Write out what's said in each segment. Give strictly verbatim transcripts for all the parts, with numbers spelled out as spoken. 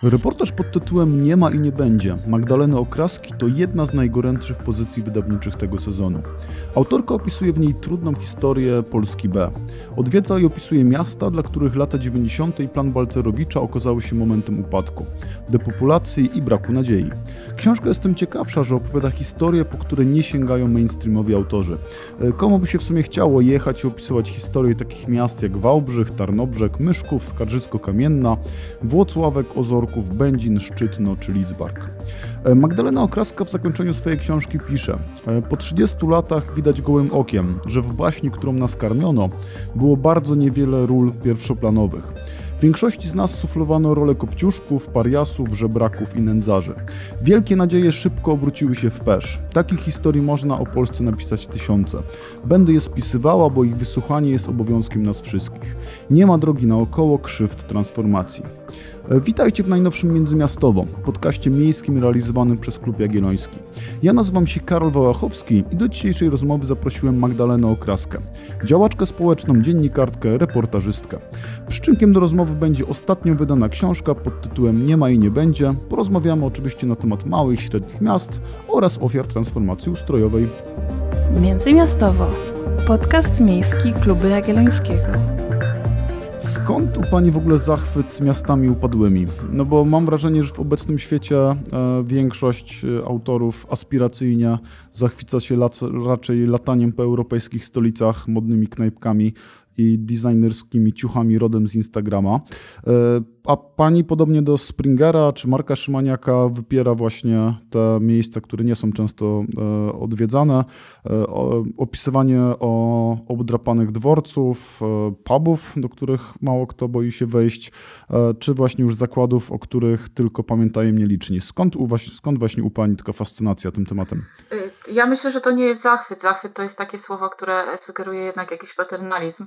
Reportaż pod tytułem Nie ma i nie będzie Magdaleny Okraski to jedna z najgorętszych pozycji wydawniczych tego sezonu. Autorka opisuje w niej trudną historię Polski B. Odwiedza i opisuje miasta, dla których lata dziewięćdziesiąte i plan Balcerowicza okazały się momentem upadku, depopulacji i braku nadziei. Książka jest tym ciekawsza, że opowiada historie, po które nie sięgają mainstreamowi autorzy. Komu by się w sumie chciało jechać i opisywać historię takich miast jak Wałbrzych, Tarnobrzeg, Myszków, Skarżysko-Kamienna, Włocławek, Ozorków, Będzin, Szczytno czy Lidzbark. Magdalena Okraska w zakończeniu swojej książki pisze: po trzydziestu latach widać gołym okiem, że w baśni, którą nas karmiono, było bardzo niewiele ról pierwszoplanowych. W większości z nas suflowano rolę kopciuszków, pariasów, żebraków i nędzarzy. Wielkie nadzieje szybko obróciły się w pesz. Takich historii można o Polsce napisać tysiące. Będę je spisywała, bo ich wysłuchanie jest obowiązkiem nas wszystkich. Nie ma drogi naokoło krzywd transformacji. Witajcie w najnowszym Międzymiastowo, podcaście miejskim realizowanym przez Klub Jagielloński. Ja nazywam się Karol Wałachowski i do dzisiejszej rozmowy zaprosiłem Magdalenę Okraskę, działaczkę społeczną, dziennikarkę, reportażystkę. Przyczynkiem do rozmowy będzie ostatnio wydana książka pod tytułem Nie ma i nie będzie. Porozmawiamy oczywiście na temat małych i średnich miast oraz ofiar transformacji ustrojowej. Międzymiastowo, podcast miejski Klubu Jagiellońskiego. Skąd u Pani w ogóle zachwyt miastami upadłymi? No bo mam wrażenie, że w obecnym świecie e, większość autorów aspiracyjnie zachwyca się lac- raczej lataniem po europejskich stolicach, modnymi knajpkami i designerskimi ciuchami rodem z Instagrama. A Pani podobnie do Springera czy Marka Szymaniaka wypiera właśnie te miejsca, które nie są często odwiedzane. Opisywanie o obdrapanych dworców, pubów, do których mało kto boi się wejść, czy właśnie już zakładów, o których tylko pamiętają nieliczni. Skąd, u, skąd właśnie u Pani taka fascynacja tym tematem? Ja myślę, że to nie jest zachwyt. Zachwyt to jest takie słowo, które sugeruje jednak jakiś paternalizm.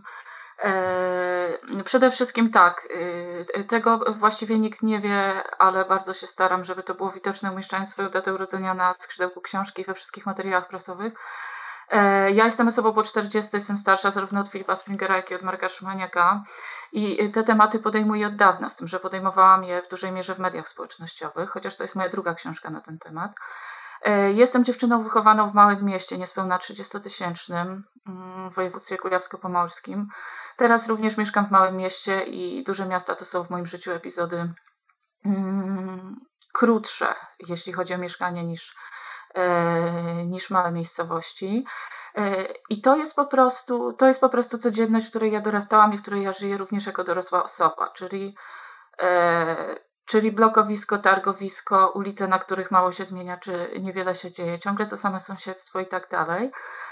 Przede wszystkim tak, tego właściwie nikt nie wie, ale bardzo się staram, żeby to było widoczne, umieszczając swoją datę urodzenia na skrzydełku książki i we wszystkich materiałach prasowych. Ja jestem osobą po czterdziestej, jestem starsza zarówno od Filipa Springera, jak i od Marka Szymaniaka i te tematy podejmuję od dawna, z tym, że podejmowałam je w dużej mierze w mediach społecznościowych, chociaż to jest moja druga książka na ten temat. Jestem dziewczyną wychowaną w małym mieście, niespełna trzydziestotysięcznym, w województwie kujawsko-pomorskim. Teraz również mieszkam w małym mieście i duże miasta to są w moim życiu epizody mm, krótsze, jeśli chodzi o mieszkanie, niż, e, niż małe miejscowości. E, I to jest po prostu, to jest po prostu codzienność, w której ja dorastałam i w której ja żyję również jako dorosła osoba, czyli e, Czyli blokowisko, targowisko, ulice, na których mało się zmienia, czy niewiele się dzieje, ciągle to same sąsiedztwo i tak dalej.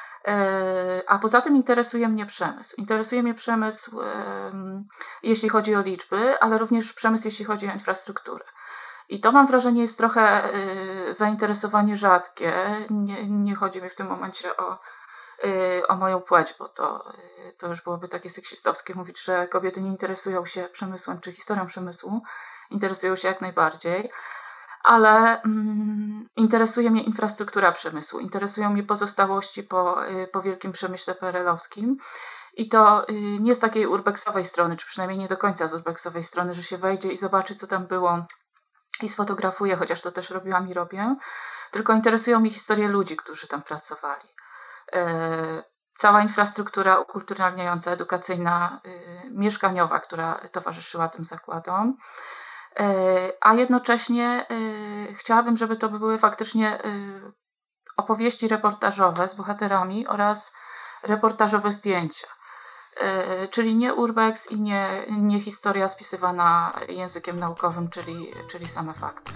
A poza tym interesuje mnie przemysł. Interesuje mnie przemysł, jeśli chodzi o liczby, ale również przemysł, jeśli chodzi o infrastrukturę. I to, mam wrażenie, jest trochę zainteresowanie rzadkie. Nie, nie chodzi mi w tym momencie o, o moją płeć, bo to, to już byłoby takie seksistowskie mówić, że kobiety nie interesują się przemysłem czy historią przemysłu. Interesują się jak najbardziej, ale mm, interesuje mnie infrastruktura przemysłu, interesują mnie pozostałości po, po wielkim przemyśle P R L-owskim i to y, nie z takiej urbexowej strony, czy przynajmniej nie do końca z urbexowej strony, że się wejdzie i zobaczy, co tam było i sfotografuje, chociaż to też robiłam i robię, tylko interesują mnie historie ludzi, którzy tam pracowali. Y, Cała infrastruktura ukulturalniająca, edukacyjna, y, mieszkaniowa, która towarzyszyła tym zakładom. A jednocześnie y, chciałabym, żeby to były faktycznie y, opowieści reportażowe z bohaterami oraz reportażowe zdjęcia. Y, czyli nie urbex i nie, nie historia spisywana językiem naukowym, czyli, czyli same fakty.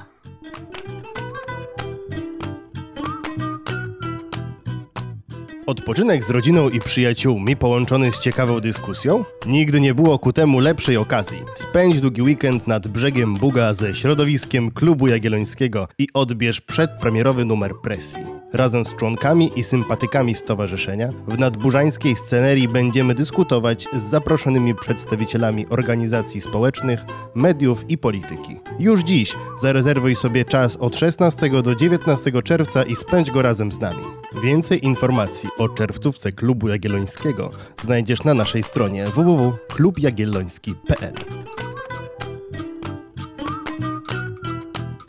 Odpoczynek z rodziną i przyjaciółmi połączony z ciekawą dyskusją? Nigdy nie było ku temu lepszej okazji. Spędź długi weekend nad brzegiem Buga ze środowiskiem Klubu Jagiellońskiego i odbierz przedpremierowy numer Presji. Razem z członkami i sympatykami stowarzyszenia w nadburzańskiej scenerii będziemy dyskutować z zaproszonymi przedstawicielami organizacji społecznych, mediów i polityki. Już dziś zarezerwuj sobie czas od szesnastego do dziewiętnastego czerwca i spędź go razem z nami. Więcej informacji o czerwcówce Klubu Jagiellońskiego znajdziesz na naszej stronie w w w kropka klub jagielloński kropka p l.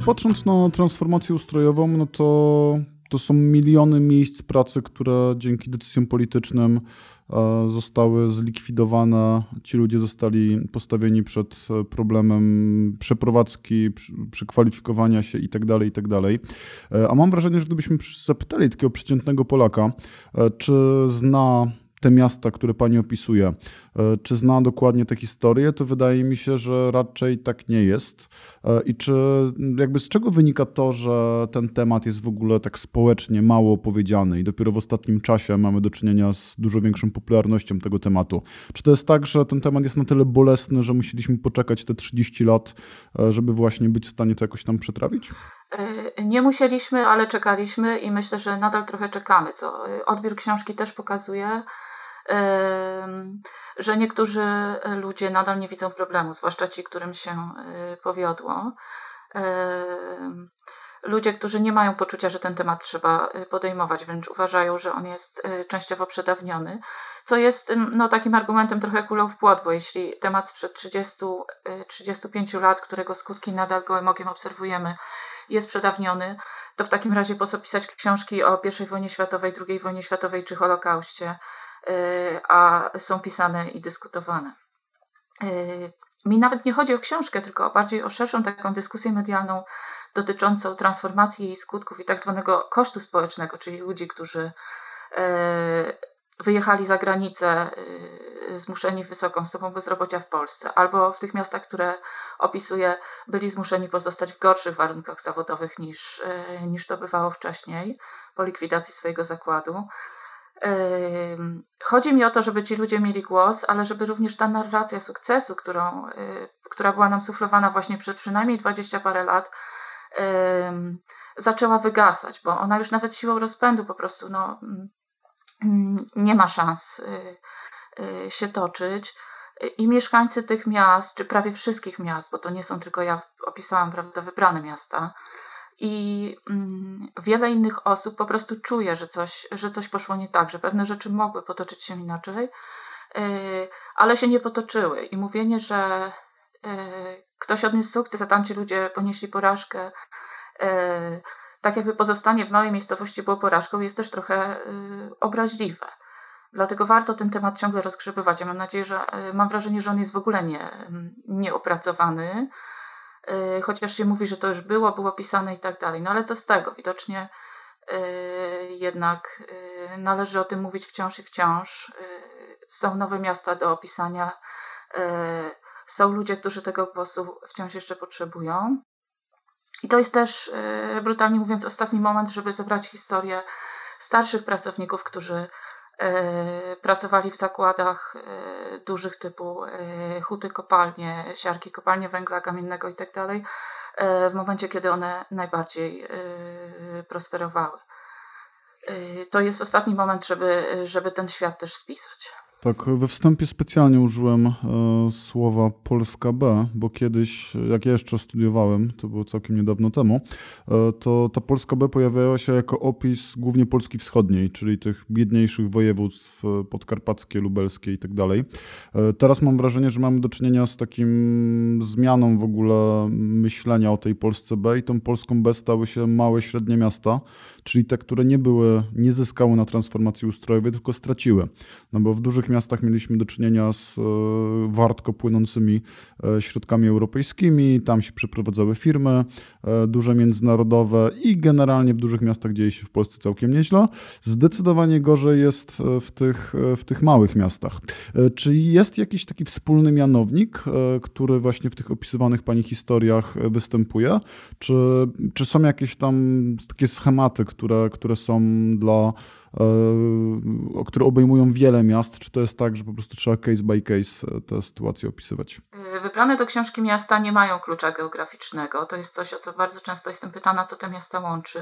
patrząc na transformację ustrojową, no to, to są miliony miejsc pracy, które dzięki decyzjom politycznym zostały zlikwidowane. Ci ludzie zostali postawieni przed problemem przeprowadzki, przekwalifikowania się itd., itd. A mam wrażenie, że gdybyśmy zapytali takiego przeciętnego Polaka, czy zna te miasta, które pani opisuje, czy zna dokładnie te historie, to wydaje mi się, że raczej tak nie jest. I czy jakby z czego wynika to, że ten temat jest w ogóle tak społecznie mało opowiedziany i dopiero w ostatnim czasie mamy do czynienia z dużo większą popularnością tego tematu? Czy to jest tak, że ten temat jest na tyle bolesny, że musieliśmy poczekać te trzydzieści lat, żeby właśnie być w stanie to jakoś tam przetrawić? Nie musieliśmy, ale czekaliśmy i myślę, że nadal trochę czekamy, co odbiór książki też pokazuje, że niektórzy ludzie nadal nie widzą problemu, zwłaszcza ci, którym się powiodło. Ludzie, którzy nie mają poczucia, że ten temat trzeba podejmować, wręcz uważają, że on jest częściowo przedawniony, co jest no, takim argumentem trochę kulą w płot, bo jeśli temat sprzed trzydziestu do trzydziestu pięciu lat, którego skutki nadal gołym okiem obserwujemy, jest przedawniony, to w takim razie po co pisać książki o pierwszej wojnie światowej, drugiej wojnie światowej czy Holokauście, a są pisane i dyskutowane. Mi nawet nie chodzi o książkę, tylko bardziej o szerszą taką dyskusję medialną dotyczącą transformacji jej skutków i tak zwanego kosztu społecznego, czyli ludzi, którzy wyjechali za granicę zmuszeni wysoką stopą bezrobocia w Polsce, albo w tych miastach, które opisuję, byli zmuszeni pozostać w gorszych warunkach zawodowych niż, niż to bywało wcześniej po likwidacji swojego zakładu. Chodzi mi o to, żeby ci ludzie mieli głos, ale żeby również ta narracja sukcesu, którą, która była nam suflowana właśnie przed przynajmniej dwadzieścia parę lat, zaczęła wygasać, bo ona już nawet siłą rozpędu po prostu no, nie ma szans się toczyć. I mieszkańcy tych miast, czy prawie wszystkich miast, bo to nie są tylko ja opisałam, prawda, wybrane miasta, i mm, wiele innych osób po prostu czuje, że coś, że coś poszło nie tak, że pewne rzeczy mogły potoczyć się inaczej, yy, ale się nie potoczyły. I mówienie, że yy, ktoś odniósł sukces, a tamci ludzie ponieśli porażkę, yy, tak jakby pozostanie w małej miejscowości było porażką, jest też trochę yy, obraźliwe. Dlatego warto ten temat ciągle rozgrzebywać. Ja mam nadzieję, że yy, mam wrażenie, że on jest w ogóle nie, nieopracowany. Chociaż się mówi, że to już było, było pisane i tak dalej. No ale co z tego? Widocznie yy, jednak yy, należy o tym mówić wciąż i wciąż. Yy, są nowe miasta do opisania. Yy, są ludzie, którzy tego głosu wciąż jeszcze potrzebują. I to jest też, yy, brutalnie mówiąc, ostatni moment, żeby zebrać historię starszych pracowników, którzy Yy, pracowali w zakładach yy, dużych typu yy, huty, kopalnie, siarki, kopalnie węgla kamiennego i tak dalej, w momencie, kiedy one najbardziej yy, prosperowały. Yy, to jest ostatni moment, żeby, żeby ten świat też spisać. Tak, we wstępie specjalnie użyłem e, słowa Polska B, bo kiedyś, jak ja jeszcze studiowałem, to było całkiem niedawno temu, e, to ta Polska B pojawiała się jako opis głównie Polski Wschodniej, czyli tych biedniejszych województw podkarpackie, lubelskie i tak dalej. E, teraz mam wrażenie, że mamy do czynienia z takim zmianą w ogóle myślenia o tej Polsce B i tą Polską B stały się małe, średnie miasta, czyli te, które nie były, nie zyskały na transformacji ustrojowej, tylko straciły. No bo w dużych miastach mieliśmy do czynienia z e, wartko płynącymi e, środkami europejskimi, tam się przeprowadzały firmy e, duże międzynarodowe i generalnie w dużych miastach dzieje się w Polsce całkiem nieźle. Zdecydowanie gorzej jest w tych, w tych małych miastach. E, czy jest jakiś taki wspólny mianownik, e, który właśnie w tych opisywanych pani historiach występuje? Czy, czy są jakieś tam takie schematy, które, które są dla które obejmują wiele miast, czy to jest tak, że po prostu trzeba case by case tę sytuację opisywać? Wybrane do książki miasta nie mają klucza geograficznego. To jest coś, o co bardzo często jestem pytana, co te miasta łączy.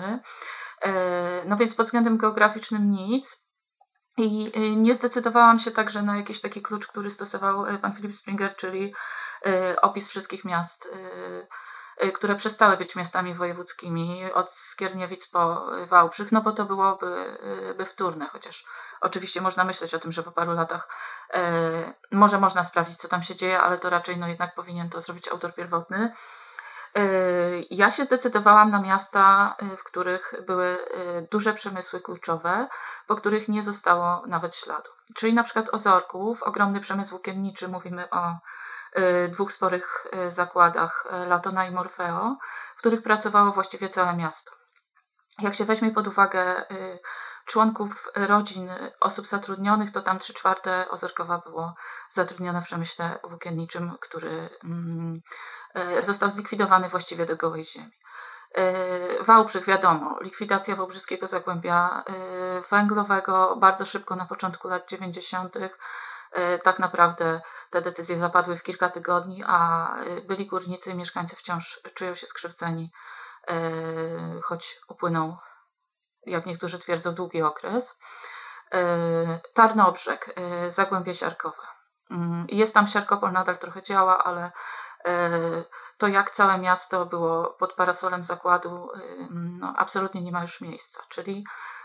No więc pod względem geograficznym nic. I nie zdecydowałam się także na jakiś taki klucz, który stosował pan Philip Springer, czyli opis wszystkich miast, które przestały być miastami wojewódzkimi od Skierniewic po Wałbrzych, no bo to byłoby by wtórne, chociaż oczywiście można myśleć o tym, że po paru latach e, może można sprawdzić, co tam się dzieje, ale to raczej no jednak powinien to zrobić autor pierwotny. Ja się zdecydowałam na miasta, w których były duże przemysły kluczowe, po których nie zostało nawet śladu. Czyli na przykład Ozorków, ogromny przemysł włókienniczy, mówimy o dwóch sporych zakładach, Latona i Morfeo, w których pracowało właściwie całe miasto. Jak się weźmie pod uwagę członków rodzin osób zatrudnionych, to tam trzy czwarte Ozorkowa było zatrudnione w przemyśle włókienniczym, który został zlikwidowany właściwie do gołej ziemi. Wałbrzych, wiadomo, likwidacja wałbrzyskiego zagłębia węglowego bardzo szybko na początku lat dziewięćdziesiątych. Tak naprawdę te decyzje zapadły w kilka tygodni, a byli górnicy i mieszkańcy wciąż czują się skrzywdzeni, choć upłynął, jak niektórzy twierdzą, długi okres. Tarnobrzeg, Zagłębie Siarkowe. Jest tam Siarkopol, nadal trochę działa, ale to jak całe miasto było pod parasolem zakładu, no, absolutnie nie ma już miejsca. Czyli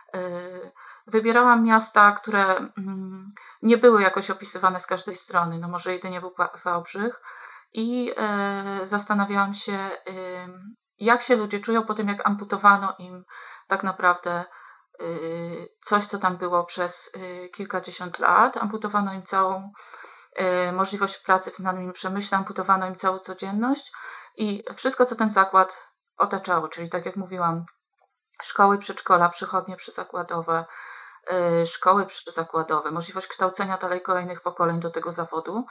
wybierałam miasta, które nie były jakoś opisywane z każdej strony, no może jedynie był Wałbrzych, i zastanawiałam się, jak się ludzie czują po tym, jak amputowano im tak naprawdę coś, co tam było przez kilkadziesiąt lat. Amputowano im całą możliwość pracy w znanym im przemyśle, amputowano im całą codzienność i wszystko, co ten zakład otaczało, czyli tak jak mówiłam, szkoły, przedszkola, przychodnie przyzakładowe, szkoły przyzakładowe, możliwość kształcenia dalej kolejnych pokoleń do tego zawodu.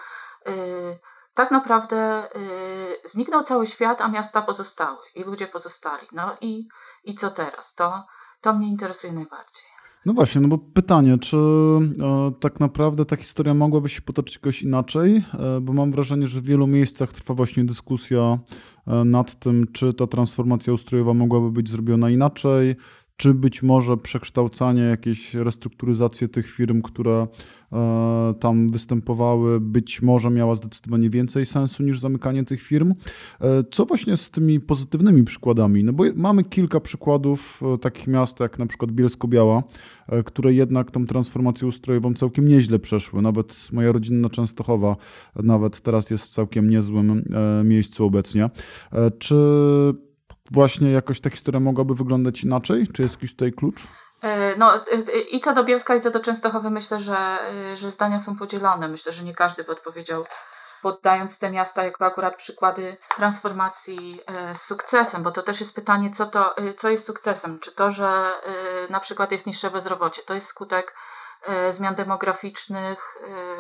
Tak naprawdę zniknął cały świat, a miasta pozostały i ludzie pozostali. No i, i co teraz? To, to mnie interesuje najbardziej. No właśnie, no bo pytanie, czy e, tak naprawdę ta historia mogłaby się potoczyć jakoś inaczej, e, bo mam wrażenie, że w wielu miejscach trwa właśnie dyskusja e, nad tym, czy ta transformacja ustrojowa mogłaby być zrobiona inaczej, czy być może przekształcanie, jakieś restrukturyzacje tych firm, które e, tam występowały, być może miała zdecydowanie więcej sensu niż zamykanie tych firm. E, co właśnie z tymi pozytywnymi przykładami? No bo mamy kilka przykładów e, takich miast, jak na przykład Bielsko-Biała, e, które jednak tą transformację ustrojową całkiem nieźle przeszły. Nawet moja rodzinna Częstochowa nawet teraz jest w całkiem niezłym e, miejscu obecnie. E, czy właśnie jakoś ta historia mogłaby wyglądać inaczej? Czy jest jakiś tutaj klucz? No i co do Bielska, i co do Częstochowy myślę, że, że zdania są podzielone. Myślę, że nie każdy by odpowiedział, poddając te miasta jako akurat przykłady transformacji z sukcesem, bo to też jest pytanie, co, to, co jest sukcesem. Czy to, że na przykład jest niższe bezrobocie, to jest skutek zmian demograficznych,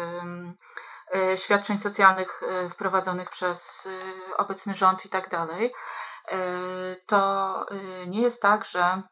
świadczeń socjalnych wprowadzonych przez obecny rząd i tak dalej. To nie jest tak, że,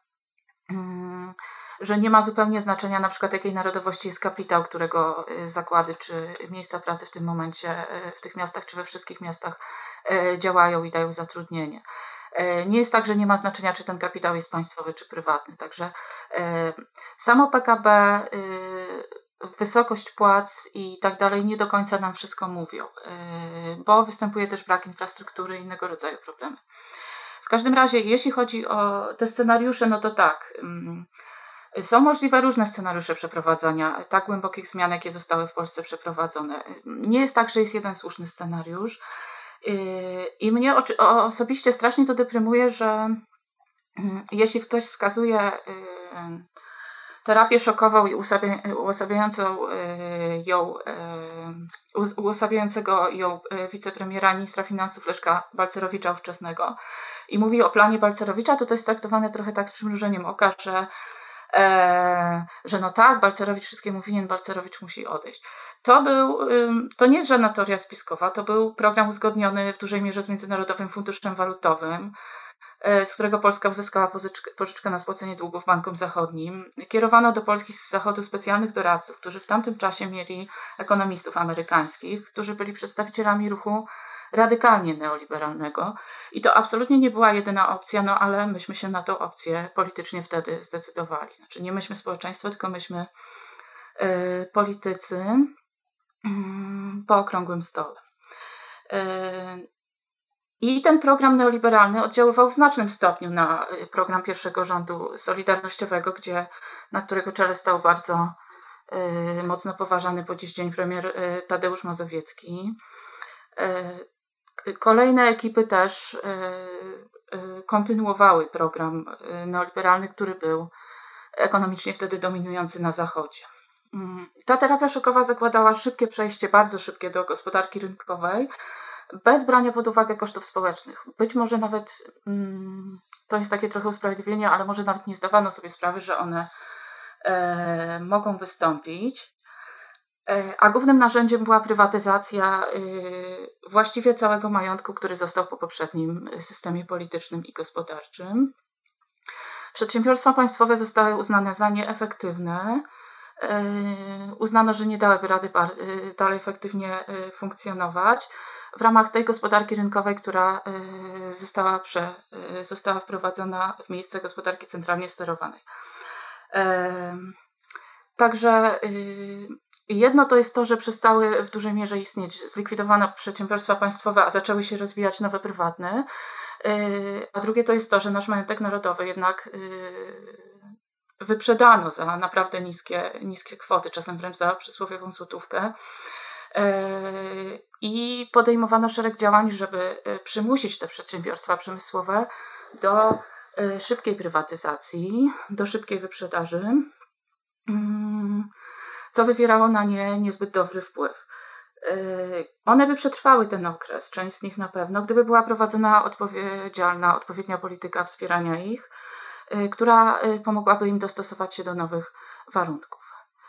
że nie ma zupełnie znaczenia na przykład jakiej narodowości jest kapitał, którego zakłady czy miejsca pracy w tym momencie w tych miastach czy we wszystkich miastach działają i dają zatrudnienie. Nie jest tak, że nie ma znaczenia, czy ten kapitał jest państwowy czy prywatny. Także samo P K B, wysokość płac i tak dalej nie do końca nam wszystko mówią, bo występuje też brak infrastruktury i innego rodzaju problemy. W każdym razie, jeśli chodzi o te scenariusze, no to tak, są możliwe różne scenariusze przeprowadzania tak głębokich zmian, jakie zostały w Polsce przeprowadzone. Nie jest tak, że jest jeden słuszny scenariusz i mnie osobiście strasznie to deprymuje, że jeśli ktoś wskazuje terapię szokową i uosabiającą ją, uosabiającego ją wicepremiera, ministra finansów Leszka Balcerowicza ówczesnego i mówi o planie Balcerowicza, to to jest traktowane trochę tak z przymrużeniem oka, że, e, że no tak, Balcerowicz wszystkiemu winien, Balcerowicz musi odejść. To, był, to nie jest żadna teoria spiskowa, to był program uzgodniony w dużej mierze z Międzynarodowym Funduszem Walutowym, z którego Polska uzyskała pożyczkę, pożyczkę na spłacenie długów bankom zachodnim. Kierowano do Polski z Zachodu specjalnych doradców, którzy w tamtym czasie mieli ekonomistów amerykańskich, którzy byli przedstawicielami ruchu radykalnie neoliberalnego. I to absolutnie nie była jedyna opcja, no ale myśmy się na tą opcję politycznie wtedy zdecydowali. Znaczy nie myśmy społeczeństwo, tylko myśmy yy, politycy yy, po okrągłym stole. Yy, I ten program neoliberalny oddziaływał w znacznym stopniu na program pierwszego rządu solidarnościowego, gdzie, na którego czele stał bardzo y, mocno poważany po dziś dzień premier y, Tadeusz Mazowiecki. Y, Kolejne ekipy też kontynuowały program neoliberalny, który był ekonomicznie wtedy dominujący na Zachodzie. Ta terapia szokowa zakładała szybkie przejście, bardzo szybkie, do gospodarki rynkowej, bez brania pod uwagę kosztów społecznych. Być może nawet, to jest takie trochę usprawiedliwienie, ale może nawet nie zdawano sobie sprawy, że one e, mogą wystąpić. E, a głównym narzędziem była prywatyzacja e, właściwie całego majątku, który został po poprzednim systemie politycznym i gospodarczym. Przedsiębiorstwa państwowe zostały uznane za nieefektywne. Uznano, że nie dałyby rady dalej efektywnie funkcjonować w ramach tej gospodarki rynkowej, która została, prze, została wprowadzona w miejsce gospodarki centralnie sterowanej. Także jedno to jest to, że przestały w dużej mierze istnieć, zlikwidowano przedsiębiorstwa państwowe, a zaczęły się rozwijać nowe prywatne. A drugie to jest to, że nasz majątek narodowy jednak wyprzedano za naprawdę niskie, niskie kwoty, czasem wręcz za przysłowiową złotówkę. I podejmowano szereg działań, żeby przymusić te przedsiębiorstwa przemysłowe do szybkiej prywatyzacji, do szybkiej wyprzedaży, co wywierało na nie niezbyt dobry wpływ. One by przetrwały ten okres, część z nich na pewno, gdyby była prowadzona odpowiedzialna, odpowiednia polityka wspierania ich, która pomogłaby im dostosować się do nowych warunków.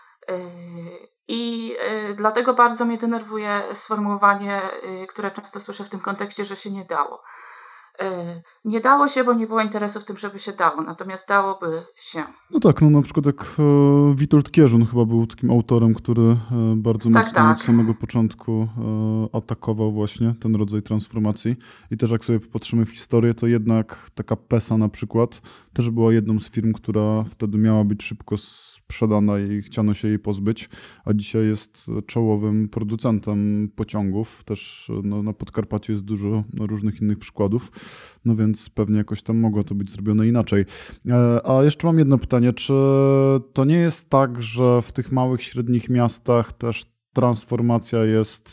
I dlatego bardzo mnie denerwuje sformułowanie, które często słyszę w tym kontekście, że się nie dało. Nie dało się, bo nie było interesu w tym, żeby się dało, natomiast dałoby się. No tak, no na przykład jak e, Witold Kierzun chyba był takim autorem, który e, bardzo tak, mocno tak. od samego początku e, atakował właśnie ten rodzaj transformacji. I też jak sobie popatrzymy w historię, to jednak taka PESA na przykład też była jedną z firm, która wtedy miała być szybko sprzedana i chciano się jej pozbyć, a dzisiaj jest czołowym producentem pociągów. Też no, na Podkarpaciu jest dużo różnych innych przykładów. No więc pewnie jakoś tam mogło to być zrobione inaczej. A jeszcze mam jedno pytanie, czy to nie jest tak, że w tych małych, średnich miastach też transformacja jest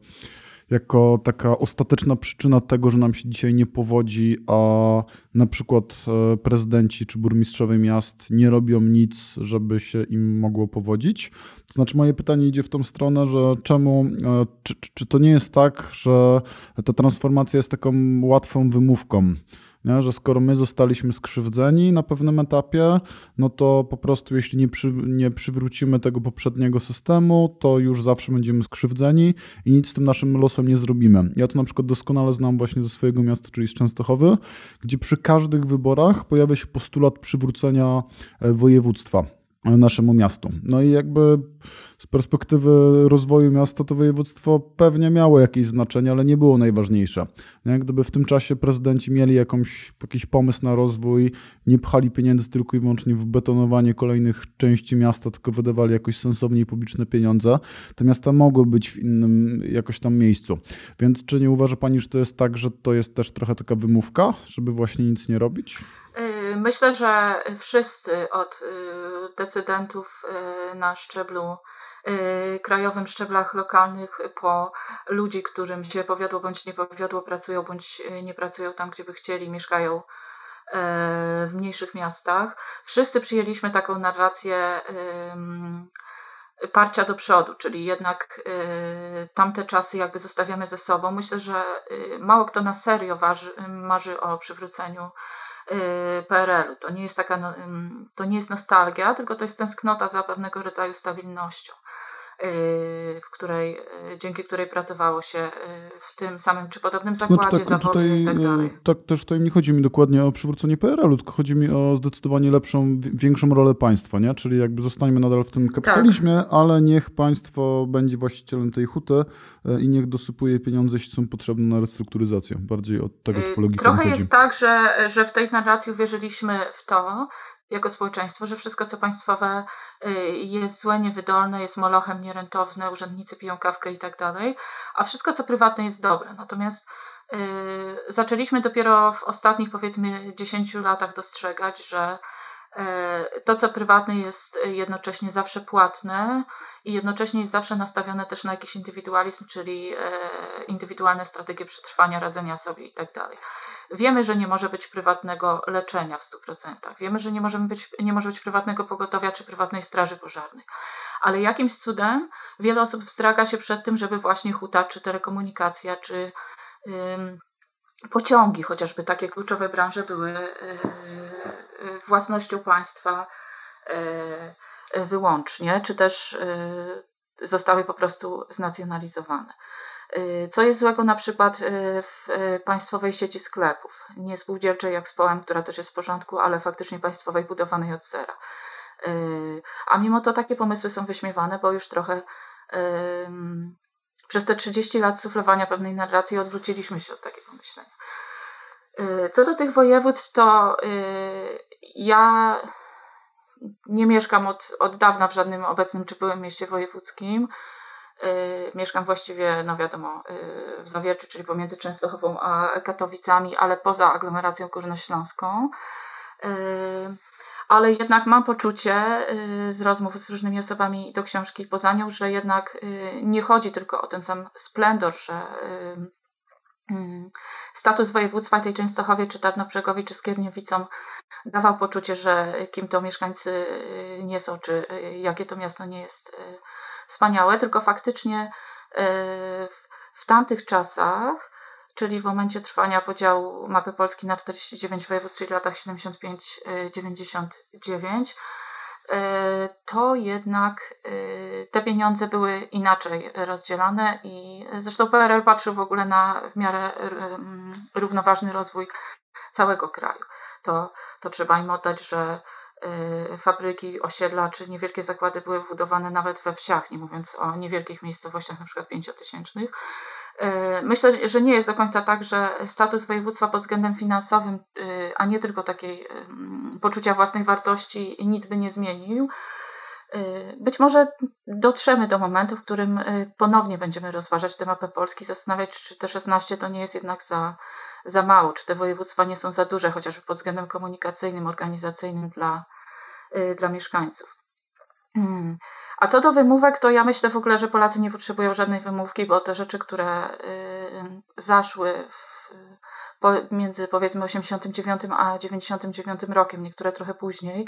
jako taka ostateczna przyczyna tego, że nam się dzisiaj nie powodzi, a na przykład prezydenci czy burmistrzowie miast nie robią nic, żeby się im mogło powodzić? To znaczy moje pytanie idzie w tą stronę, że czemu, czy, czy to nie jest tak, że ta transformacja jest taką łatwą wymówką? Nie? Że skoro my zostaliśmy skrzywdzeni na pewnym etapie, no to po prostu jeśli nie, przy, nie przywrócimy tego poprzedniego systemu, to już zawsze będziemy skrzywdzeni i nic z tym naszym losem nie zrobimy. Ja to na przykład doskonale znam właśnie ze swojego miasta, czyli z Częstochowy, gdzie przy każdych wyborach pojawia się postulat przywrócenia województwa naszemu miastu. No i jakby z perspektywy rozwoju miasta to województwo pewnie miało jakieś znaczenie, ale nie było najważniejsze. Nie? Gdyby w tym czasie prezydenci mieli jakąś, jakiś pomysł na rozwój, nie pchali pieniędzy tylko i wyłącznie w betonowanie kolejnych części miasta, tylko wydawali jakoś sensownie publiczne pieniądze, te miasta mogły być w innym jakoś tam miejscu. Więc czy nie uważa Pani, że to jest tak, że to jest też trochę taka wymówka, żeby właśnie nic nie robić? Myślę, że wszyscy od decydentów na szczeblu krajowym, szczeblach lokalnych, po ludzi, którym się powiodło bądź nie powiodło, pracują bądź nie pracują tam, gdzie by chcieli, mieszkają w mniejszych miastach. Wszyscy przyjęliśmy taką narrację parcia do przodu, czyli jednak tamte czasy jakby zostawiamy ze sobą. Myślę, że mało kto na serio waży, marzy o przywróceniu P R L u. To nie jest taka, to nie jest nostalgia, tylko to jest tęsknota za pewnego rodzaju stabilnością, w której, dzięki której pracowało się w tym samym czy podobnym zakładzie, znaczy, tak, zawodzie tutaj, i tak dalej. Tak, też tutaj nie chodzi mi dokładnie o przywrócenie P R L u, tylko chodzi mi o zdecydowanie lepszą, większą rolę państwa, nie? Czyli jakby zostańmy nadal w tym kapitalizmie, tak, ale niech państwo będzie właścicielem tej huty i niech dosypuje pieniądze, jeśli są potrzebne na restrukturyzację. Bardziej od tego typu logiki Trochę chodzi. jest tak, że, że w tej narracji uwierzyliśmy w to, jako społeczeństwo, że wszystko co państwowe jest złe, niewydolne, jest molochem, nierentowne, urzędnicy piją kawkę i tak dalej, a wszystko co prywatne jest dobre. Natomiast yy, zaczęliśmy dopiero w ostatnich powiedzmy dziesięciu latach dostrzegać, że To, co prywatne, jest jednocześnie zawsze płatne i jednocześnie jest zawsze nastawione też na jakiś indywidualizm, czyli indywidualne strategie przetrwania, radzenia sobie i tak dalej. Wiemy, że nie może być prywatnego leczenia w stu procentach. Wiemy, że nie, możemy być, nie może być prywatnego pogotowia czy prywatnej straży pożarnej. Ale jakimś cudem wiele osób wzdraga się przed tym, żeby właśnie huta, czy telekomunikacja, czy ym, pociągi, chociażby takie kluczowe branże, były yy, własnością państwa yy, wyłącznie, czy też yy, zostały po prostu znacjonalizowane. Co jest złego na przykład w państwowej sieci sklepów, nie spółdzielczej jak z Połem, która też jest w porządku, ale faktycznie państwowej, budowanej od zera. A mimo to takie pomysły są wyśmiewane, bo już trochę um, przez te trzydzieści lat suflowania pewnej narracji odwróciliśmy się od takiego myślenia. Co do tych województw, to yy, ja nie mieszkam od, od dawna w żadnym obecnym czy byłym mieście wojewódzkim. Yy, mieszkam właściwie, no wiadomo, yy, w Zawierciu, czyli pomiędzy Częstochową a Katowicami, ale poza aglomeracją górnośląską. Yy, ale jednak mam poczucie yy, z rozmów z różnymi osobami do książki poza nią, że jednak yy, nie chodzi tylko o ten sam splendor, że yy, yy, status województwa tej Częstochowie, czy Tarnobrzegowi, czy Skierniewicom dawał poczucie, że kim to mieszkańcy yy, nie są, czy yy, jakie to miasto nie jest yy, wspaniałe, tylko faktycznie w tamtych czasach, czyli w momencie trwania podziału mapy Polski na czterdzieści dziewięć województw, czyli w latach siedemdziesiąt pięć dziewięćdziesiąt dziewięć, to jednak te pieniądze były inaczej rozdzielane i zresztą P R L patrzył w ogóle na w miarę równoważny rozwój całego kraju. To, to trzeba im oddać, że fabryki, osiedla czy niewielkie zakłady były budowane nawet we wsiach, nie mówiąc o niewielkich miejscowościach, na przykład pięciotysięcznych. Myślę, że nie jest do końca tak, że status województwa pod względem finansowym, a nie tylko takiej poczucia własnej wartości, nic by nie zmienił. Być może dotrzemy do momentu, w którym ponownie będziemy rozważać tę mapę Polski, zastanawiać, czy te szesnaście to nie jest jednak za, za mało, czy te województwa nie są za duże, chociażby pod względem komunikacyjnym, organizacyjnym dla, dla mieszkańców. A co do wymówek, to ja myślę w ogóle, że Polacy nie potrzebują żadnej wymówki, bo te rzeczy, które zaszły w, między powiedzmy osiemdziesiątym dziewiątym a dziewięćdziesiątym dziewiątym rokiem, niektóre trochę później,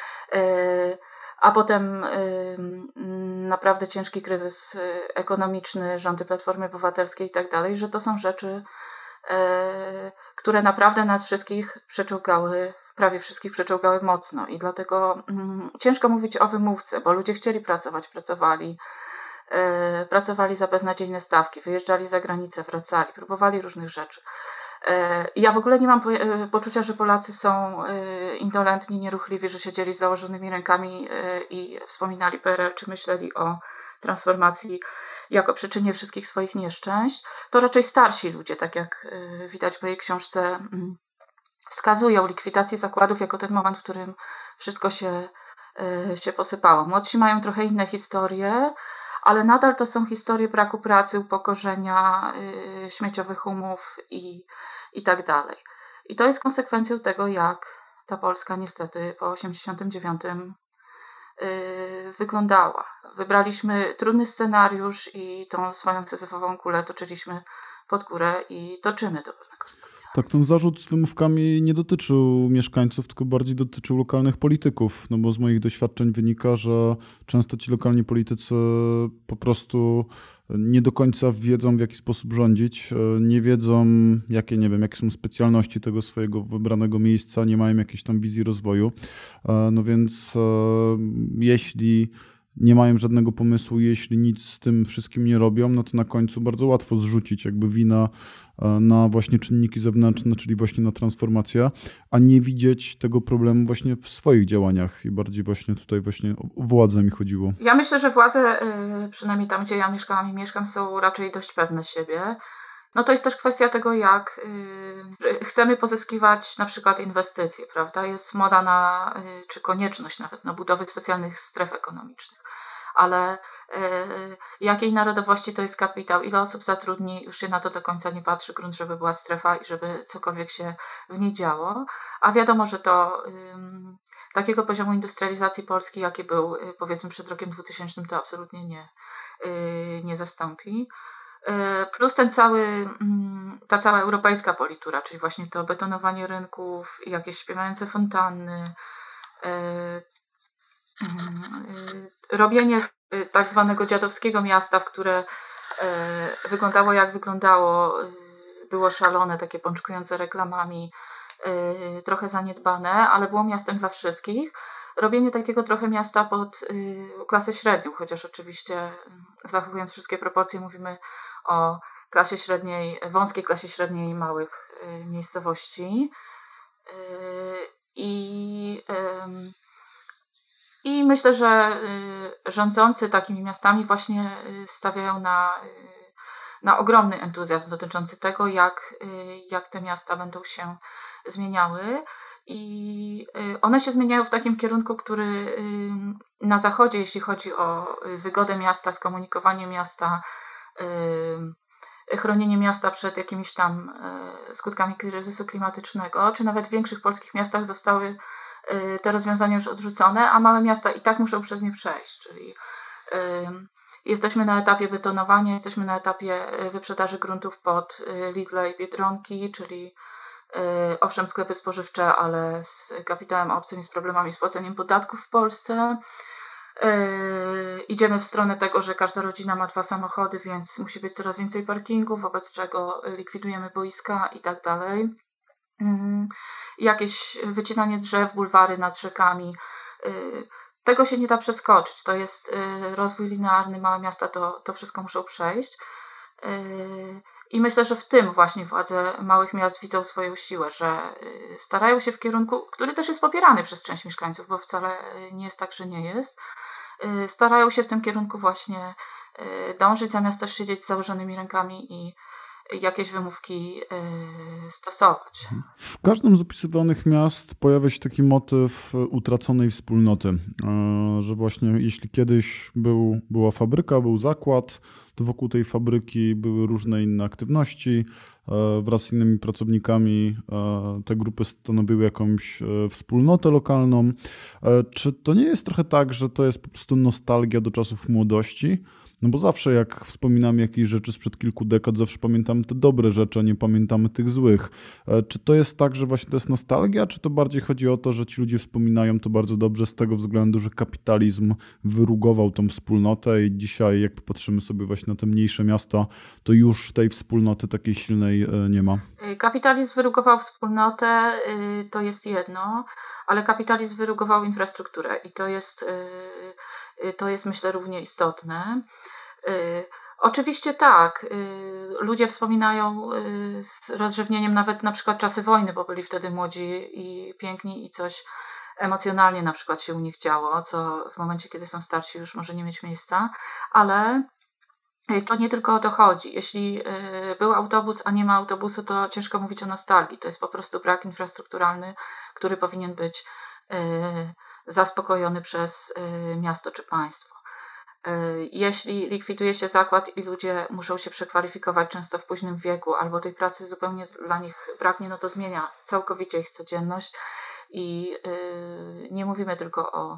a potem y, naprawdę ciężki kryzys ekonomiczny, rządy Platformy Obywatelskiej i tak dalej, że to są rzeczy, y, które naprawdę nas wszystkich przeczołgały, prawie wszystkich przeczołgały mocno i dlatego y, ciężko mówić o wymówce, bo ludzie chcieli pracować, pracowali, y, pracowali za beznadziejne stawki, wyjeżdżali za granicę, wracali, próbowali różnych rzeczy. Ja w ogóle nie mam poczucia, że Polacy są indolentni, nieruchliwi, że siedzieli z założonymi rękami i wspominali P R L, czy myśleli o transformacji jako przyczynie wszystkich swoich nieszczęść. To raczej starsi ludzie, tak jak widać w mojej książce, wskazują likwidację zakładów jako ten moment, w którym wszystko się, się posypało. Młodsi mają trochę inne historie, ale nadal to są historie braku pracy, upokorzenia, yy, śmieciowych umów i, i tak dalej. I to jest konsekwencją tego, jak ta Polska niestety po osiemdziesiątym dziewiątym yy, wyglądała. Wybraliśmy trudny scenariusz i tą swoją syzyfową kulę toczyliśmy pod górę i toczymy do pewnego stopnia. Tak, ten zarzut z wymówkami nie dotyczył mieszkańców, tylko bardziej dotyczył lokalnych polityków, no bo z moich doświadczeń wynika, że często ci lokalni politycy po prostu nie do końca wiedzą, w jaki sposób rządzić, nie wiedzą, jakie, nie wiem, jakie są specjalności tego swojego wybranego miejsca, nie mają jakiejś tam wizji rozwoju, no więc jeśli nie mają żadnego pomysłu, jeśli nic z tym wszystkim nie robią, no to na końcu bardzo łatwo zrzucić jakby winę na właśnie czynniki zewnętrzne, czyli właśnie na transformację, a nie widzieć tego problemu właśnie w swoich działaniach i bardziej właśnie tutaj właśnie o władzę mi chodziło. Ja myślę, że władze, przynajmniej tam, gdzie ja mieszkałam i mieszkam, są raczej dość pewne siebie. No to jest też kwestia tego, jak yy, chcemy pozyskiwać na przykład inwestycje, prawda? Jest moda na, yy, czy konieczność nawet na budowy specjalnych stref ekonomicznych. Ale yy, jakiej narodowości to jest kapitał, ile osób zatrudni, już się na to do końca nie patrzy, grunt, żeby była strefa i żeby cokolwiek się w niej działo. A wiadomo, że to yy, takiego poziomu industrializacji Polski, jaki był powiedzmy przed rokiem dwutysięcznym, to absolutnie nie, nie zastąpi. Plus ten cały, ta cała europejska politura, czyli właśnie to betonowanie rynków, jakieś śpiewające fontanny, robienie tak zwanego dziadowskiego miasta, w które wyglądało jak wyglądało, było szalone, takie pączkujące reklamami, trochę zaniedbane, ale było miastem dla wszystkich. Robienie takiego trochę miasta pod klasę średnią, chociaż oczywiście zachowując wszystkie proporcje mówimy o klasie średniej, wąskiej klasie średniej małych miejscowości. I, i myślę, że rządzący takimi miastami właśnie stawiają na, na ogromny entuzjazm dotyczący tego, jak, jak te miasta będą się zmieniały. I one się zmieniają w takim kierunku, który na zachodzie, jeśli chodzi o wygodę miasta, skomunikowanie miasta, chronienie miasta przed jakimiś tam skutkami kryzysu klimatycznego, czy nawet w większych polskich miastach zostały te rozwiązania już odrzucone, a małe miasta i tak muszą przez nie przejść. Czyli jesteśmy na etapie betonowania, jesteśmy na etapie wyprzedaży gruntów pod Lidle i Biedronki, czyli owszem, sklepy spożywcze, ale z kapitałem obcym i z problemami z płaceniem podatków w Polsce. Yy, idziemy w stronę tego, że każda rodzina ma dwa samochody, więc musi być coraz więcej parkingów, wobec czego likwidujemy boiska i tak dalej. Yy, jakieś wycinanie drzew, bulwary nad rzekami. Yy, tego się nie da przeskoczyć. To jest yy, rozwój linearny, małe miasta to, to wszystko muszą przejść. Yy, I myślę, że w tym właśnie władze małych miast widzą swoją siłę, że starają się w kierunku, który też jest popierany przez część mieszkańców, bo wcale nie jest tak, że nie jest. Starają się w tym kierunku właśnie dążyć, zamiast też siedzieć z założonymi rękami i jakieś wymówki stosować. W każdym z opisywanych miast pojawia się taki motyw utraconej wspólnoty, że właśnie jeśli kiedyś był, była fabryka, był zakład, to wokół tej fabryki były różne inne aktywności. Wraz z innymi pracownikami te grupy stanowiły jakąś wspólnotę lokalną. Czy to nie jest trochę tak, że to jest po prostu nostalgia do czasów młodości? No bo zawsze jak wspominamy jakieś rzeczy sprzed kilku dekad, zawsze pamiętamy te dobre rzeczy, a nie pamiętamy tych złych. Czy to jest tak, że właśnie to jest nostalgia, czy to bardziej chodzi o to, że ci ludzie wspominają to bardzo dobrze z tego względu, że kapitalizm wyrugował tą wspólnotę i dzisiaj jak popatrzymy sobie właśnie na te mniejsze miasta, to już tej wspólnoty takiej silnej nie ma? Kapitalizm wyrugował wspólnotę, to jest jedno, ale kapitalizm wyrugował infrastrukturę i to jest, to jest myślę równie istotne. Oczywiście tak, ludzie wspominają z rozrzewnieniem nawet na przykład czasy wojny, bo byli wtedy młodzi i piękni i coś emocjonalnie na przykład się u nich działo, co w momencie, kiedy są starsi już może nie mieć miejsca, ale to nie tylko o to chodzi. Jeśli był autobus, a nie ma autobusu, to ciężko mówić o nostalgii. To jest po prostu brak infrastrukturalny, który powinien być zaspokojony przez miasto czy państwo. Jeśli likwiduje się zakład i ludzie muszą się przekwalifikować często w późnym wieku, albo tej pracy zupełnie dla nich braknie, no to zmienia całkowicie ich codzienność i nie mówimy tylko o,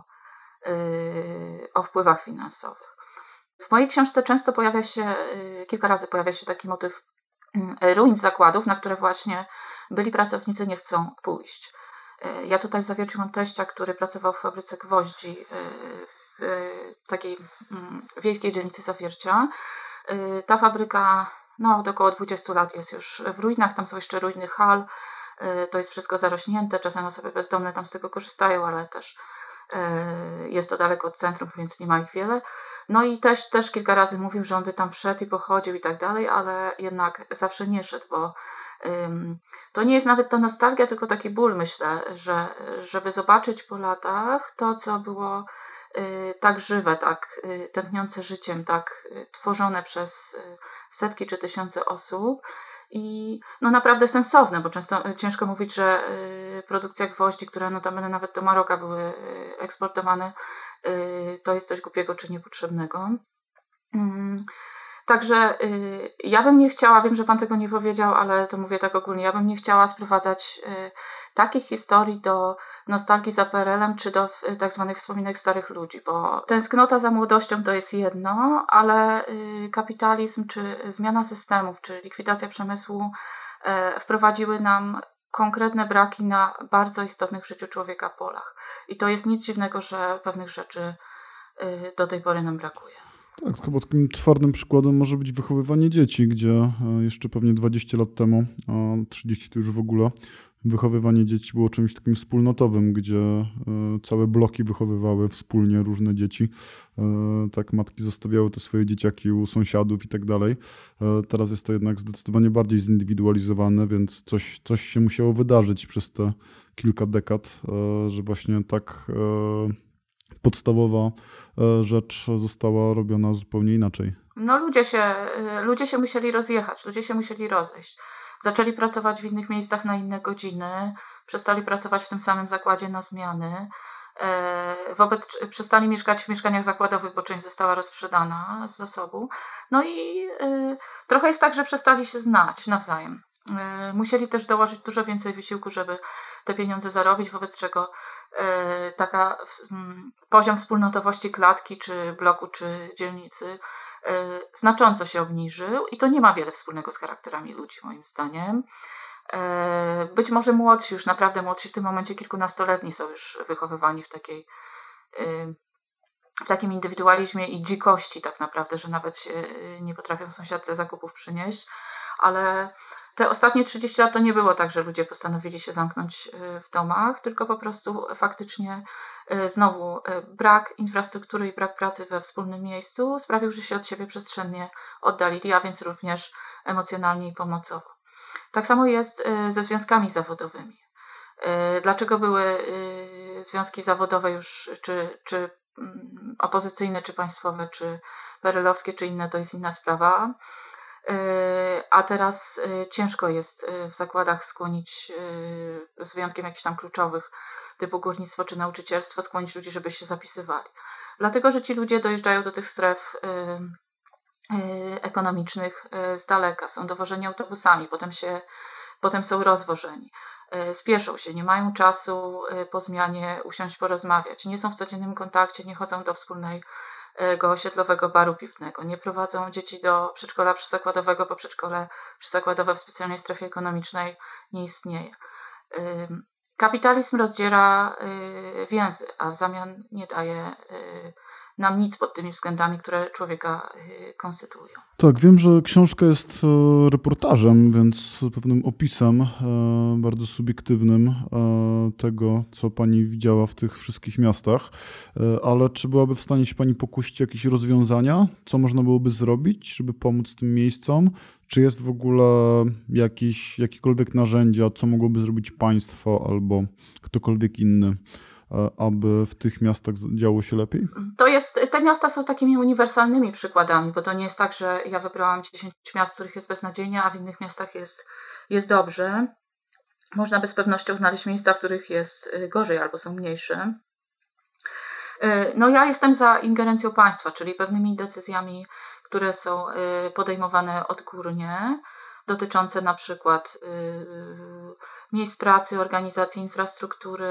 o wpływach finansowych. W mojej książce często pojawia się, kilka razy pojawia się taki motyw ruin zakładów, na które właśnie byli pracownicy nie chcą pójść. Ja tutaj w Zawierciu mam teścia, który pracował w fabryce gwoździ w takiej wiejskiej dzielnicy Zawiercia. Ta fabryka no, od około dwudziestu lat jest już w ruinach, tam są jeszcze ruiny hal, to jest wszystko zarośnięte, czasem osoby bezdomne tam z tego korzystają, ale też jest to daleko od centrum, więc nie ma ich wiele. No i też, też kilka razy mówił, że on by tam wszedł i pochodził i tak dalej, ale jednak zawsze nie szedł, bo ym, to nie jest nawet to nostalgia, tylko taki ból, myślę, że żeby zobaczyć po latach to, co było y, tak żywe, tak y, tętniące życiem, tak y, tworzone przez y, setki czy tysiące osób, i no naprawdę sensowne, bo często ciężko mówić, że y, produkcja gwoździ, które notabene nawet do Maroka były y, eksportowane, y, to jest coś głupiego czy niepotrzebnego. Y, Także y, ja bym nie chciała, wiem, że pan tego nie powiedział, ale to mówię tak ogólnie, ja bym nie chciała sprowadzać y, takich historii do nostalgii za P R L-em czy do y, tak zwanych wspominek starych ludzi, bo tęsknota za młodością to jest jedno, ale y, kapitalizm czy zmiana systemów, czy likwidacja przemysłu y, wprowadziły nam konkretne braki na bardzo istotnych w życiu człowieka polach. I to jest nic dziwnego, że pewnych rzeczy y, do tej pory nam brakuje. Tak, chyba takim twardym przykładem może być wychowywanie dzieci, gdzie e, jeszcze pewnie dwadzieścia lat temu, a trzydzieści to już w ogóle, wychowywanie dzieci było czymś takim wspólnotowym, gdzie e, całe bloki wychowywały wspólnie różne dzieci. E, Tak, matki zostawiały te swoje dzieciaki u sąsiadów i tak dalej. E, Teraz jest to jednak zdecydowanie bardziej zindywidualizowane, więc coś, coś się musiało wydarzyć przez te kilka dekad, e, że właśnie tak e, podstawowa rzecz została robiona zupełnie inaczej. No ludzie się, ludzie się musieli rozjechać, ludzie się musieli rozejść. Zaczęli pracować w innych miejscach na inne godziny, przestali pracować w tym samym zakładzie na zmiany, wobec przestali mieszkać w mieszkaniach zakładowych, bo część została rozprzedana z zasobu. No i trochę jest tak, że przestali się znać nawzajem. Musieli też dołożyć dużo więcej wysiłku, żeby te pieniądze zarobić, wobec czego taka poziom wspólnotowości klatki, czy bloku, czy dzielnicy znacząco się obniżył i to nie ma wiele wspólnego z charakterami ludzi, moim zdaniem. Być może młodsi, już naprawdę młodsi, w tym momencie kilkunastoletni są już wychowywani w takiej w takim indywidualizmie i dzikości tak naprawdę, że nawet się nie potrafią sąsiadce zakupów przynieść, ale te ostatnie trzydzieści lat to nie było tak, że ludzie postanowili się zamknąć w domach, tylko po prostu faktycznie znowu brak infrastruktury i brak pracy we wspólnym miejscu sprawił, że się od siebie przestrzennie oddalili, a więc również emocjonalnie i pomocowo. Tak samo jest ze związkami zawodowymi. Dlaczego były związki zawodowe już, czy, czy opozycyjne, czy państwowe, czy P R L-owskie, czy inne, to jest inna sprawa. A teraz ciężko jest w zakładach skłonić, z wyjątkiem jakichś tam kluczowych, typu górnictwo czy nauczycielstwo, skłonić ludzi, żeby się zapisywali. Dlatego, że ci ludzie dojeżdżają do tych stref ekonomicznych z daleka, są dowożeni autobusami, potem, się, potem są rozwożeni. Spieszą się, nie mają czasu po zmianie usiąść, porozmawiać, nie są w codziennym kontakcie, nie chodzą do wspólnej osiedlowego baru piwnego, nie prowadzą dzieci do przedszkola przyzakładowego, bo przedszkole przyzakładowe w specjalnej strefie ekonomicznej nie istnieje. Kapitalizm rozdziera więzy, a w zamian nie daje nam nic pod tymi względami, które człowieka konstytuują. Tak, wiem, że książka jest reportażem, więc pewnym opisem bardzo subiektywnym tego, co pani widziała w tych wszystkich miastach, ale czy byłaby w stanie się pani pokusić o jakieś rozwiązania? Co można byłoby zrobić, żeby pomóc tym miejscom? Czy jest w ogóle jakieś, jakiekolwiek narzędzia, co mogłoby zrobić państwo albo ktokolwiek inny, aby w tych miastach działo się lepiej? To jest, te miasta są takimi uniwersalnymi przykładami, bo to nie jest tak, że ja wybrałam dziesięć miast, w których jest beznadziejnie, a w innych miastach jest, jest dobrze. Można bez pewnością znaleźć miejsca, w których jest gorzej albo są mniejsze. No ja jestem za ingerencją państwa, czyli pewnymi decyzjami, które są podejmowane odgórnie, dotyczące na przykład y, miejsc pracy, organizacji infrastruktury,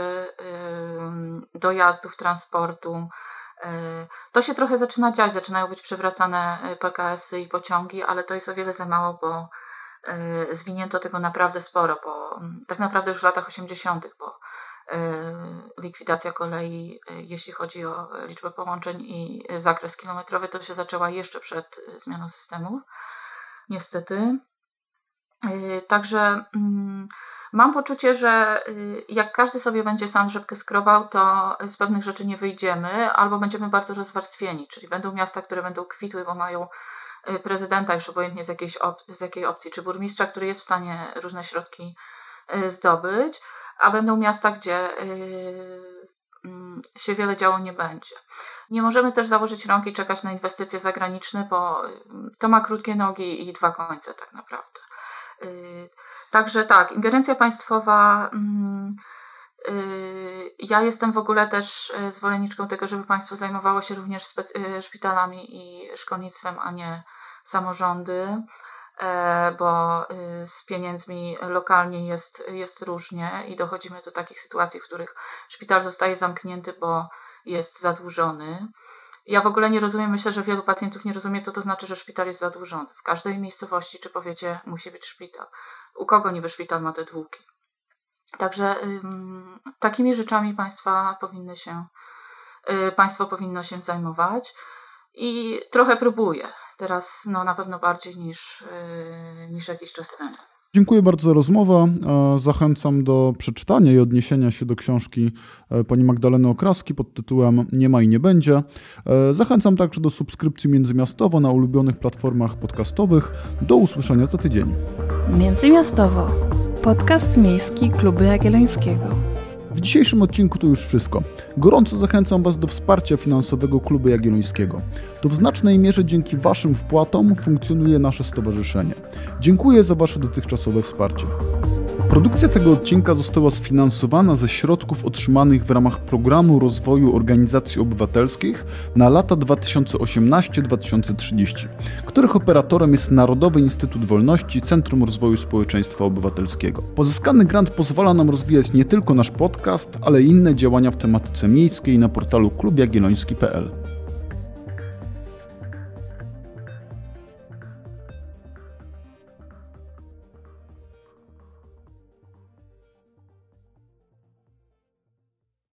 y, dojazdów, transportu. Y, to się trochę zaczyna dziać, zaczynają być przywracane P K S y i pociągi, ale to jest o wiele za mało, bo y, zwinięto tego naprawdę sporo, bo tak naprawdę już w latach osiemdziesiątych, bo y, likwidacja kolei, y, jeśli chodzi o liczbę połączeń i zakres kilometrowy, to się zaczęła jeszcze przed zmianą systemów, niestety. Także mm, mam poczucie, że jak każdy sobie będzie sam rzepkę skrobał, to z pewnych rzeczy nie wyjdziemy, albo będziemy bardzo rozwarstwieni, czyli będą miasta, które będą kwitły, bo mają prezydenta już obojętnie z, jakiejś op- z jakiej opcji, czy burmistrza, który jest w stanie różne środki zdobyć, a będą miasta, gdzie się wiele działo nie będzie. Nie możemy też założyć rąk i czekać na inwestycje zagraniczne, bo to ma krótkie nogi i dwa końce tak naprawdę. Także tak, ingerencja państwowa. Ja jestem w ogóle też zwolenniczką tego, żeby państwo zajmowało się również szpitalami i szkolnictwem, a nie samorządy, bo z pieniędzmi lokalnie jest, jest różnie i dochodzimy do takich sytuacji, w których szpital zostaje zamknięty, bo jest zadłużony. Ja w ogóle nie rozumiem, myślę, że wielu pacjentów nie rozumie, co to znaczy, że szpital jest zadłużony. W każdej miejscowości czy powiecie musi być szpital. U kogo niby szpital ma te długi? Także ym, takimi rzeczami państwa powinny się, y, państwo powinno się zajmować i trochę próbuje. Teraz no, na pewno bardziej niż, yy, niż jakiś czas temu. Dziękuję bardzo za rozmowę. Zachęcam do przeczytania i odniesienia się do książki pani Magdaleny Okraski pod tytułem Nie ma i nie będzie. Zachęcam także do subskrypcji Międzymiastowo na ulubionych platformach podcastowych. Do usłyszenia za tydzień. Międzymiastowo. Podcast miejski Klubu Jagiellońskiego. W dzisiejszym odcinku to już wszystko. Gorąco zachęcam Was do wsparcia finansowego Klubu Jagiellońskiego. To w znacznej mierze dzięki Waszym wpłatom funkcjonuje nasze stowarzyszenie. Dziękuję za Wasze dotychczasowe wsparcie. Produkcja tego odcinka została sfinansowana ze środków otrzymanych w ramach Programu Rozwoju Organizacji Obywatelskich na lata dwa tysiące osiemnasty do dwa tysiące trzydziestego, których operatorem jest Narodowy Instytut Wolności - Centrum Rozwoju Społeczeństwa Obywatelskiego. Pozyskany grant pozwala nam rozwijać nie tylko nasz podcast, ale i inne działania w tematyce miejskiej na portalu klub jagielloński kropka p l.